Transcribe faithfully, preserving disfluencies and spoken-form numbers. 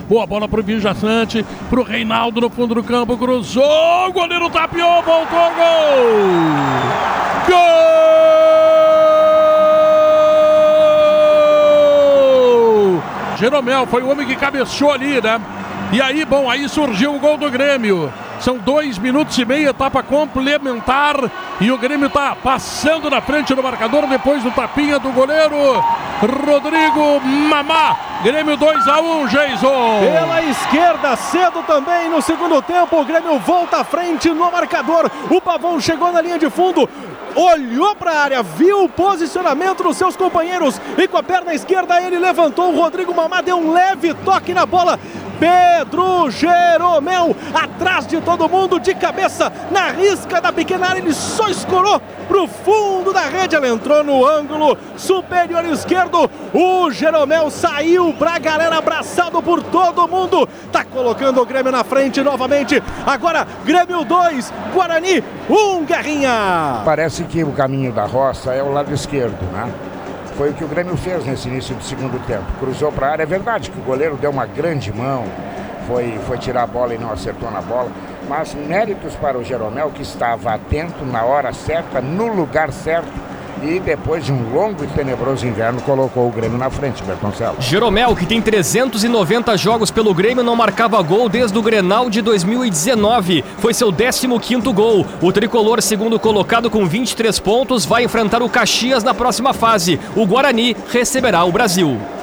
Boa bola pro Vijaçante, pro Reinaldo no fundo do campo, cruzou, o goleiro tapeou, voltou, gol! Gol! Jeromel foi o homem que cabeceou ali, né? E aí, bom, aí surgiu o gol do Grêmio. São dois minutos e meio, etapa complementar. E o Grêmio tá passando na frente do marcador depois do tapinha do goleiro Rodrigo Mamá. Grêmio dois a um, Jason. Pela esquerda, cedo também no segundo tempo. O Grêmio volta à frente no marcador. O Pavão chegou na linha de fundo. Olhou para a área, viu o posicionamento dos seus companheiros e com a perna esquerda ele levantou. O Rodrigo Mamá deu um leve toque na bola. Pedro Jeromel atrás de todo mundo, de cabeça na risca da pequena área, ele só escorou pro fundo da rede, ela entrou no ângulo superior esquerdo. O Jeromel saiu pra galera, abraçado por todo mundo, tá colocando o Grêmio na frente novamente. Agora Grêmio dois, Guarani um, Guerrinha. Parece que o caminho da roça é o lado esquerdo, né? Foi o que o Grêmio fez nesse início do segundo tempo. Cruzou para a área. É verdade que o goleiro deu uma grande mão. Foi, foi tirar a bola e não acertou na bola. Mas méritos para o Jeromel, que estava atento na hora certa, no lugar certo. E depois de um longo e tenebroso inverno, colocou o Grêmio na frente, Bertoncello. Jeromel, que tem trezentos e noventa jogos pelo Grêmio, não marcava gol desde o Grenal de dois mil e dezenove. Foi seu décimo quinto gol. O tricolor, segundo colocado com vinte e três pontos, vai enfrentar o Caxias na próxima fase. O Guarani receberá o Brasil.